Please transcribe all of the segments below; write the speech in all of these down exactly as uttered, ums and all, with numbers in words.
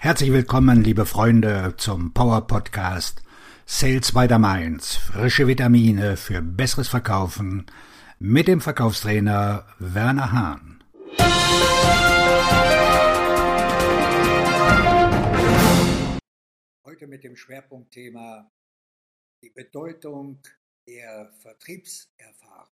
Herzlich willkommen, liebe Freunde, zum Power Podcast Sales by the Mainz. Frische Vitamine für besseres Verkaufen mit dem Verkaufstrainer Werner Hahn. Heute mit dem Schwerpunktthema die Bedeutung der Vertriebserfahrung.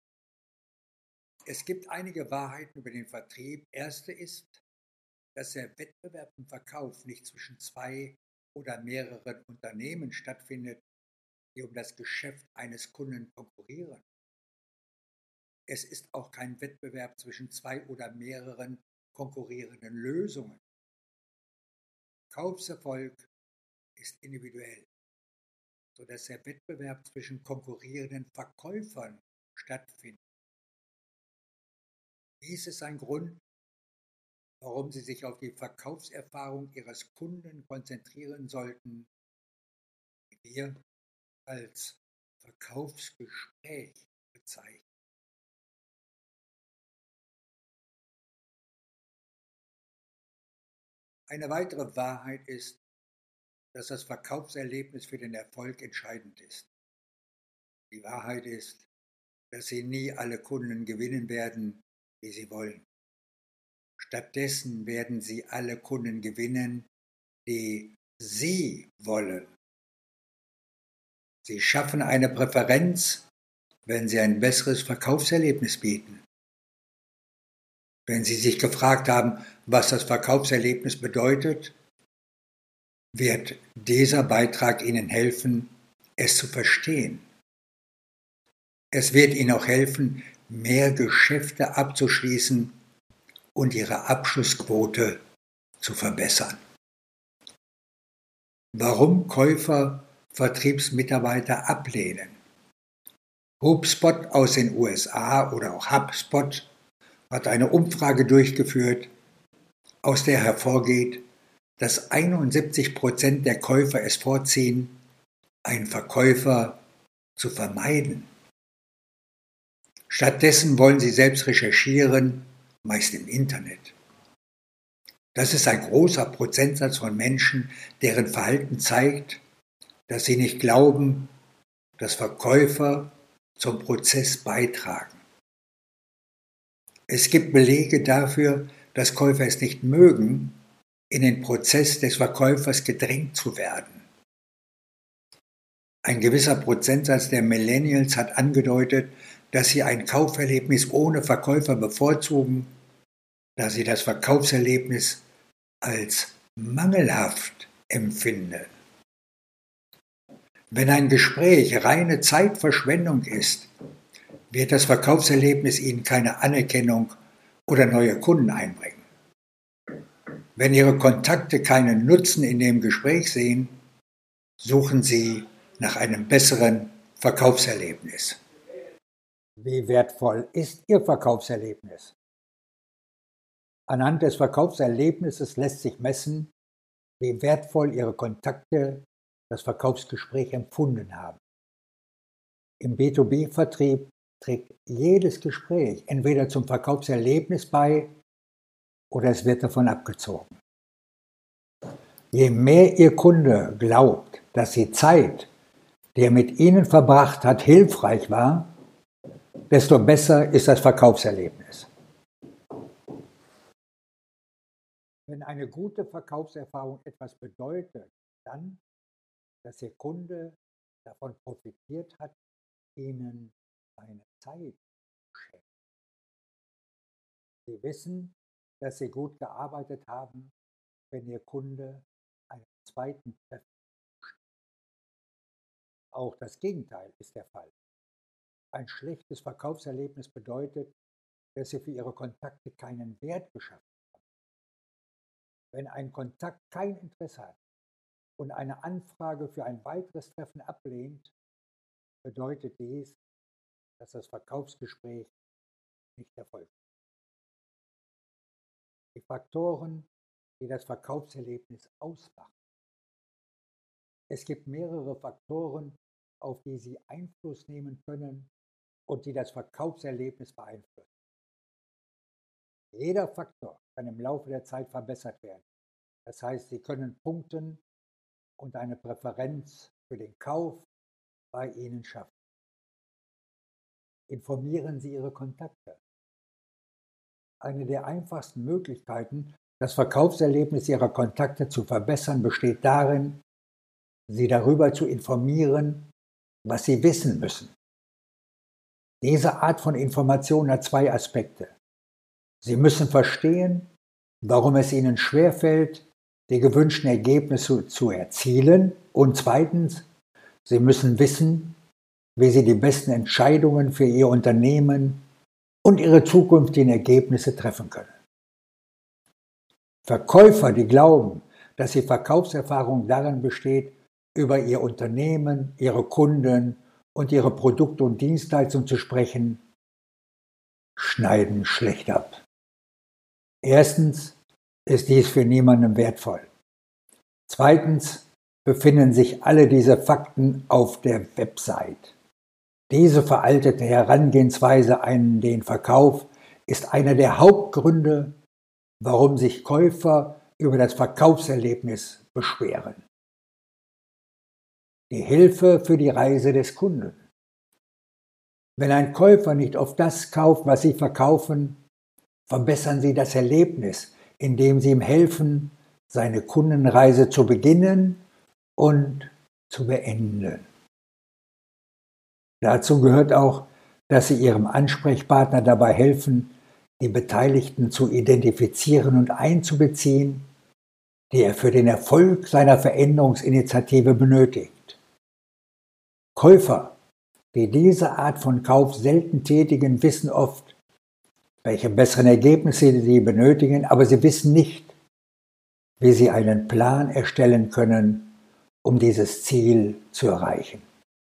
Es gibt einige Wahrheiten über den Vertrieb. Erste ist, dass der Wettbewerb im Verkauf nicht zwischen zwei oder mehreren Unternehmen stattfindet, die um das Geschäft eines Kunden konkurrieren. Es ist auch kein Wettbewerb zwischen zwei oder mehreren konkurrierenden Lösungen. Verkaufserfolg ist individuell, sodass der Wettbewerb zwischen konkurrierenden Verkäufern stattfindet. Dies ist ein Grund, warum Sie sich auf die Verkaufserfahrung Ihres Kunden konzentrieren sollten, die wir als Verkaufsgespräch bezeichnen. Eine weitere Wahrheit ist, dass das Verkaufserlebnis für den Erfolg entscheidend ist. Die Wahrheit ist, dass Sie nie alle Kunden gewinnen werden, die Sie wollen. Stattdessen werden Sie alle Kunden gewinnen, die Sie wollen. Sie schaffen eine Präferenz, wenn Sie ein besseres Verkaufserlebnis bieten. Wenn Sie sich gefragt haben, was das Verkaufserlebnis bedeutet, wird dieser Beitrag Ihnen helfen, es zu verstehen. Es wird Ihnen auch helfen, mehr Geschäfte abzuschließen und Ihre Abschlussquote zu verbessern. Warum Käufer Vertriebsmitarbeiter ablehnen? HubSpot aus den U S A oder auch HubSpot hat eine Umfrage durchgeführt, aus der hervorgeht, dass einundsiebzig Prozent der Käufer es vorziehen, einen Verkäufer zu vermeiden. Stattdessen wollen sie selbst recherchieren, meist im Internet. Das ist ein großer Prozentsatz von Menschen, deren Verhalten zeigt, dass sie nicht glauben, dass Verkäufer zum Prozess beitragen. Es gibt Belege dafür, dass Käufer es nicht mögen, in den Prozess des Verkäufers gedrängt zu werden. Ein gewisser Prozentsatz der Millennials hat angedeutet, dass sie ein Kauferlebnis ohne Verkäufer bevorzugen, da sie das Verkaufserlebnis als mangelhaft empfinden. Wenn ein Gespräch reine Zeitverschwendung ist, wird das Verkaufserlebnis Ihnen keine Anerkennung oder neue Kunden einbringen. Wenn Ihre Kontakte keinen Nutzen in dem Gespräch sehen, suchen Sie nach einem besseren Verkaufserlebnis. Wie wertvoll ist Ihr Verkaufserlebnis? Anhand des Verkaufserlebnisses lässt sich messen, wie wertvoll Ihre Kontakte das Verkaufsgespräch empfunden haben. Im B zwei B-Vertrieb trägt jedes Gespräch entweder zum Verkaufserlebnis bei oder es wird davon abgezogen. Je mehr Ihr Kunde glaubt, dass die Zeit, die er mit Ihnen verbracht hat, hilfreich war, desto besser ist das Verkaufserlebnis. Wenn eine gute Verkaufserfahrung etwas bedeutet, dann, dass Ihr Kunde davon profitiert hat, Ihnen seine Zeit zu schenken. Sie wissen, dass Sie gut gearbeitet haben, wenn Ihr Kunde einen zweiten Treffen bestellt. Auch das Gegenteil ist der Fall. Ein schlechtes Verkaufserlebnis bedeutet, dass Sie für Ihre Kontakte keinen Wert geschaffen haben. Wenn ein Kontakt kein Interesse hat und eine Anfrage für ein weiteres Treffen ablehnt, bedeutet dies, dass das Verkaufsgespräch nicht erfolgt. Die Faktoren, die das Verkaufserlebnis ausmachen. Es gibt mehrere Faktoren, auf die Sie Einfluss nehmen können und die das Verkaufserlebnis beeinflussen. Jeder Faktor kann im Laufe der Zeit verbessert werden. Das heißt, Sie können punkten und eine Präferenz für den Kauf bei Ihnen schaffen. Informieren Sie Ihre Kontakte. Eine der einfachsten Möglichkeiten, das Verkaufserlebnis Ihrer Kontakte zu verbessern, besteht darin, sie darüber zu informieren, was sie wissen müssen. Diese Art von Information hat zwei Aspekte. Sie müssen verstehen, warum es Ihnen schwerfällt, die gewünschten Ergebnisse zu erzielen, und zweitens, Sie müssen wissen, wie Sie die besten Entscheidungen für Ihr Unternehmen und Ihre zukünftigen Ergebnisse treffen können. Verkäufer, die glauben, dass die Verkaufserfahrung darin besteht, über Ihr Unternehmen, Ihre Kunden und Ihre Produkte und Dienstleistungen zu sprechen, schneiden schlecht ab. Erstens ist dies für niemanden wertvoll. Zweitens befinden sich alle diese Fakten auf der Website. Diese veraltete Herangehensweise an den Verkauf ist einer der Hauptgründe, warum sich Käufer über das Verkaufserlebnis beschweren. Die Hilfe für die Reise des Kunden. Wenn ein Käufer nicht auf das kauft, was Sie verkaufen, verbessern Sie das Erlebnis, indem Sie ihm helfen, seine Kundenreise zu beginnen und zu beenden. Dazu gehört auch, dass Sie Ihrem Ansprechpartner dabei helfen, die Beteiligten zu identifizieren und einzubeziehen, die er für den Erfolg seiner Veränderungsinitiative benötigt. Käufer, die diese Art von Kauf selten tätigen, wissen oft, welche besseren Ergebnisse sie benötigen, aber sie wissen nicht, wie sie einen Plan erstellen können, um dieses Ziel zu erreichen.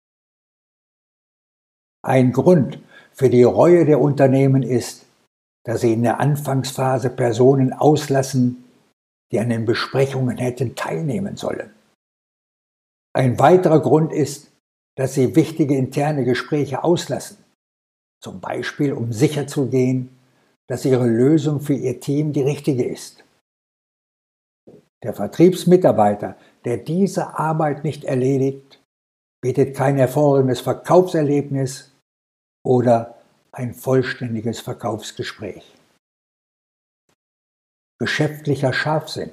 Ein Grund für die Reue der Unternehmen ist, dass sie in der Anfangsphase Personen auslassen, die an den Besprechungen hätten teilnehmen sollen. Ein weiterer Grund ist, dass sie wichtige interne Gespräche auslassen, zum Beispiel um sicherzugehen, dass ihre Lösung für ihr Team die richtige ist. Der Vertriebsmitarbeiter, der diese Arbeit nicht erledigt, bietet kein hervorragendes Verkaufserlebnis oder ein vollständiges Verkaufsgespräch. Geschäftlicher Scharfsinn.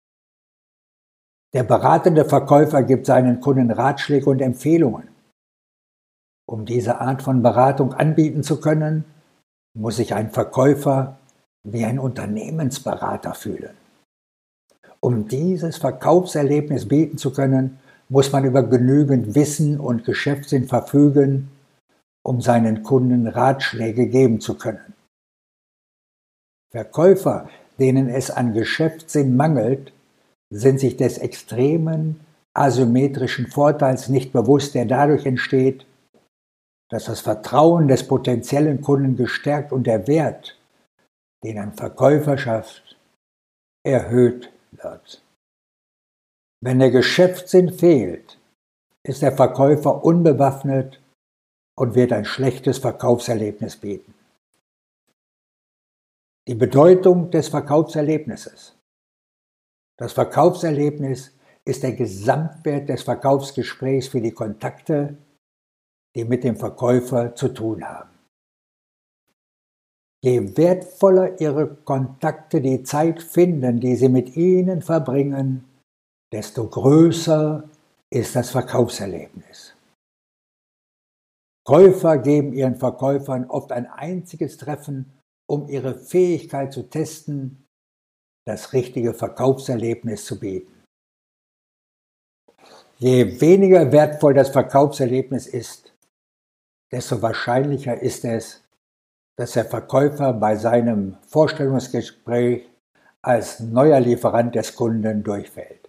Der beratende Verkäufer gibt seinen Kunden Ratschläge und Empfehlungen. Um diese Art von Beratung anbieten zu können, muss sich ein Verkäufer wie ein Unternehmensberater fühlen. Um dieses Verkaufserlebnis bieten zu können, muss man über genügend Wissen und Geschäftssinn verfügen, um seinen Kunden Ratschläge geben zu können. Verkäufer, denen es an Geschäftssinn mangelt, sind sich des extremen asymmetrischen Vorteils nicht bewusst, der dadurch entsteht, dass das Vertrauen des potenziellen Kunden gestärkt und der Wert, den ein Verkäufer schafft, erhöht wird. Wenn der Geschäftssinn fehlt, ist der Verkäufer unbewaffnet und wird ein schlechtes Verkaufserlebnis bieten. Die Bedeutung des Verkaufserlebnisses. Das Verkaufserlebnis ist der Gesamtwert des Verkaufsgesprächs für die Kontakte, die mit dem Verkäufer zu tun haben. Je wertvoller Ihre Kontakte die Zeit finden, die Sie mit ihnen verbringen, desto größer ist das Verkaufserlebnis. Käufer geben ihren Verkäufern oft ein einziges Treffen, um ihre Fähigkeit zu testen, das richtige Verkaufserlebnis zu bieten. Je weniger wertvoll das Verkaufserlebnis ist, desto wahrscheinlicher ist es, dass der Verkäufer bei seinem Vorstellungsgespräch als neuer Lieferant des Kunden durchfällt.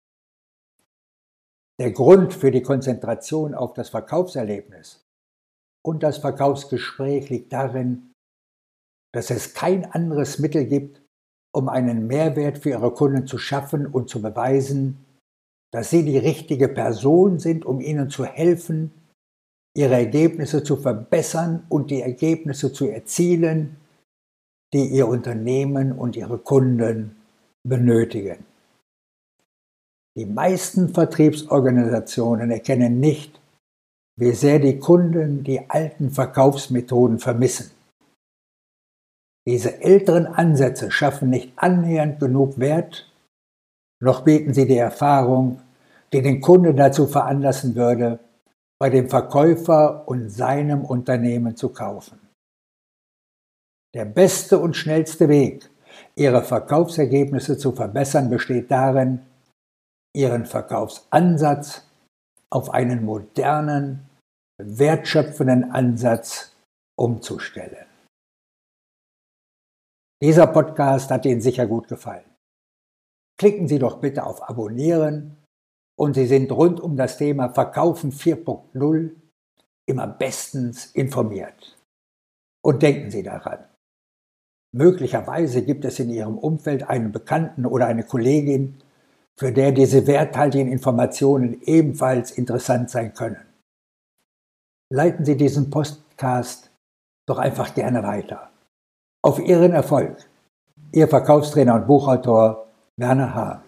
Der Grund für die Konzentration auf das Verkaufserlebnis und das Verkaufsgespräch liegt darin, dass es kein anderes Mittel gibt, um einen Mehrwert für Ihre Kunden zu schaffen und zu beweisen, dass Sie die richtige Person sind, um ihnen zu helfen, ihre Ergebnisse zu verbessern und die Ergebnisse zu erzielen, die Ihr Unternehmen und Ihre Kunden benötigen. Die meisten Vertriebsorganisationen erkennen nicht, wie sehr die Kunden die alten Verkaufsmethoden vermissen. Diese älteren Ansätze schaffen nicht annähernd genug Wert, noch bieten sie die Erfahrung, die den Kunden dazu veranlassen würde, bei dem Verkäufer und seinem Unternehmen zu kaufen. Der beste und schnellste Weg, Ihre Verkaufsergebnisse zu verbessern, besteht darin, Ihren Verkaufsansatz auf einen modernen, wertschöpfenden Ansatz umzustellen. Dieser Podcast hat Ihnen sicher gut gefallen. Klicken Sie doch bitte auf Abonnieren und Sie sind rund um das Thema Verkaufen vier Punkt null immer bestens informiert. Und denken Sie daran, möglicherweise gibt es in Ihrem Umfeld einen Bekannten oder eine Kollegin, für der diese werthaltigen Informationen ebenfalls interessant sein können. Leiten Sie diesen Podcast doch einfach gerne weiter. Auf Ihren Erfolg. Ihr Verkaufstrainer und Buchautor Werner Hahn.